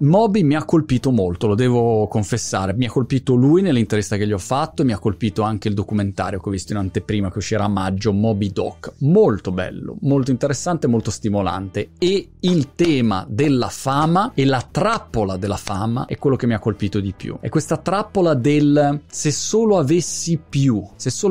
Moby mi ha colpito molto, lo devo confessare, mi ha colpito lui nell'intervista che gli ho fatto, mi ha colpito anche il documentario che ho visto in anteprima che uscirà a maggio, Moby Doc, molto bello, molto interessante, molto stimolante, e il tema della fama e la trappola della fama è quello che mi ha colpito di più. È questa trappola del se solo avessi più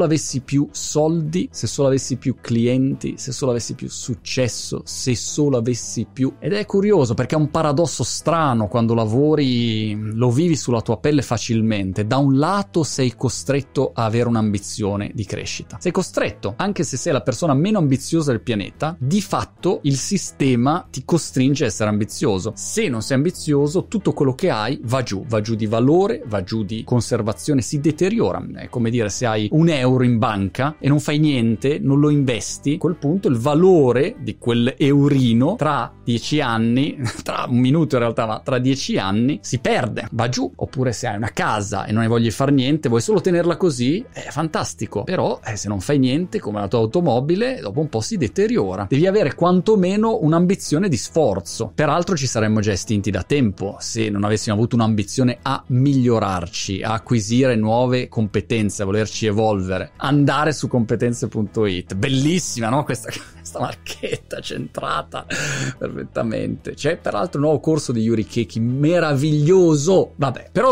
soldi, se solo avessi più clienti, se solo avessi più successo, se solo avessi più. Ed è curioso perché è un paradosso strano quando lavori, lo vivi sulla tua pelle facilmente. Da un lato sei costretto a avere un'ambizione di crescita, sei costretto, anche se sei la persona meno ambiziosa del pianeta, di fatto il sistema ti costringe a essere ambizioso. Se non sei ambizioso, tutto quello che hai va giù di valore, va giù di conservazione, si deteriora. È come dire, se hai €1 in banca e non fai niente, non lo investi, a quel punto il valore di quel eurino tra 10 anni, tra un minuto in realtà, ma tra 10 anni si perde, va giù. Oppure se hai una casa e non ne vogli fare niente, vuoi solo tenerla così, è fantastico, però se non fai niente, come la tua automobile, dopo un po' si deteriora. Devi avere quantomeno un'ambizione di sforzo. Peraltro ci saremmo già estinti da tempo se non avessimo avuto un'ambizione a migliorarci, a acquisire nuove competenze, a volerci evolvere. Andare su competenze.it, bellissima, no? Questa marchetta centrata perfettamente. C'è peraltro un nuovo corso di Yuri Keki, meraviglioso. Vabbè, però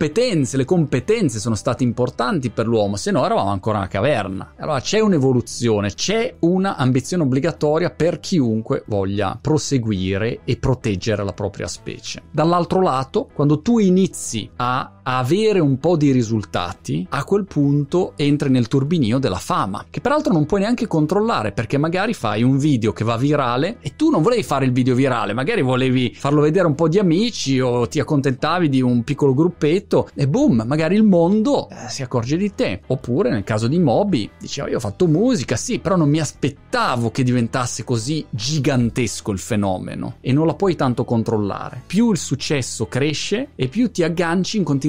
le competenze sono state importanti per l'uomo, se no eravamo ancora una caverna. Allora c'è un'evoluzione, c'è una ambizione obbligatoria per chiunque voglia proseguire e proteggere la propria specie. Dall'altro lato, quando tu inizi a avere un po' di risultati, a quel punto entri nel turbinio della fama, che peraltro non puoi neanche controllare, perché magari fai un video che va virale e tu non volevi fare il video virale, magari volevi farlo vedere a un po' di amici o ti accontentavi di un piccolo gruppetto e boom, magari il mondo si accorge di te. Oppure nel caso di Moby diceva: io ho fatto musica, sì, però non mi aspettavo che diventasse così gigantesco il fenomeno, e non la puoi tanto controllare. Più il successo cresce e più ti agganci in continuazione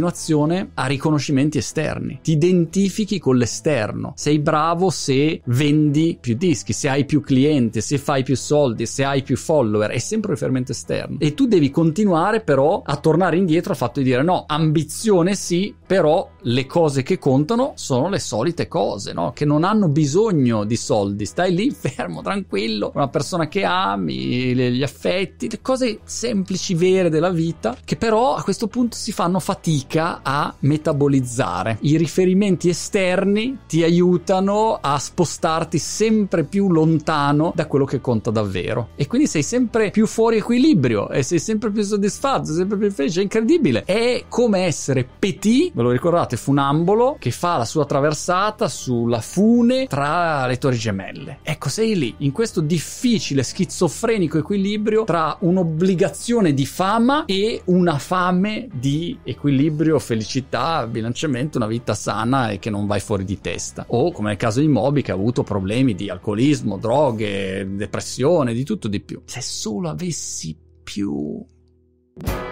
a riconoscimenti esterni, ti identifichi con l'esterno, sei bravo se vendi più dischi, se hai più clienti, se fai più soldi, se hai più follower, è sempre un riferimento esterno, e tu devi continuare però a tornare indietro al fatto di dire: no, ambizione sì, però le cose che contano sono le solite cose, no? Che non hanno bisogno di soldi, stai lì fermo, tranquillo, una persona che ami, gli affetti, le cose semplici, vere della vita, che però a questo punto si fanno fatica a metabolizzare. I riferimenti esterni ti aiutano a spostarti sempre più lontano da quello che conta davvero, e quindi sei sempre più fuori equilibrio e sei sempre più soddisfatto, sempre più felice. È incredibile, è come essere Petit, ve lo ricordate, funambolo, che fa la sua traversata sulla fune tra le Torri Gemelle. Ecco, sei lì in questo difficile schizofrenico equilibrio tra un'obbligazione di fama e una fame di equilibrio, felicità, bilanciamento, una vita sana e che non vai fuori di testa. O come nel caso di Moby, che ha avuto problemi di alcolismo, droghe, depressione, di tutto di più. Se solo avessi più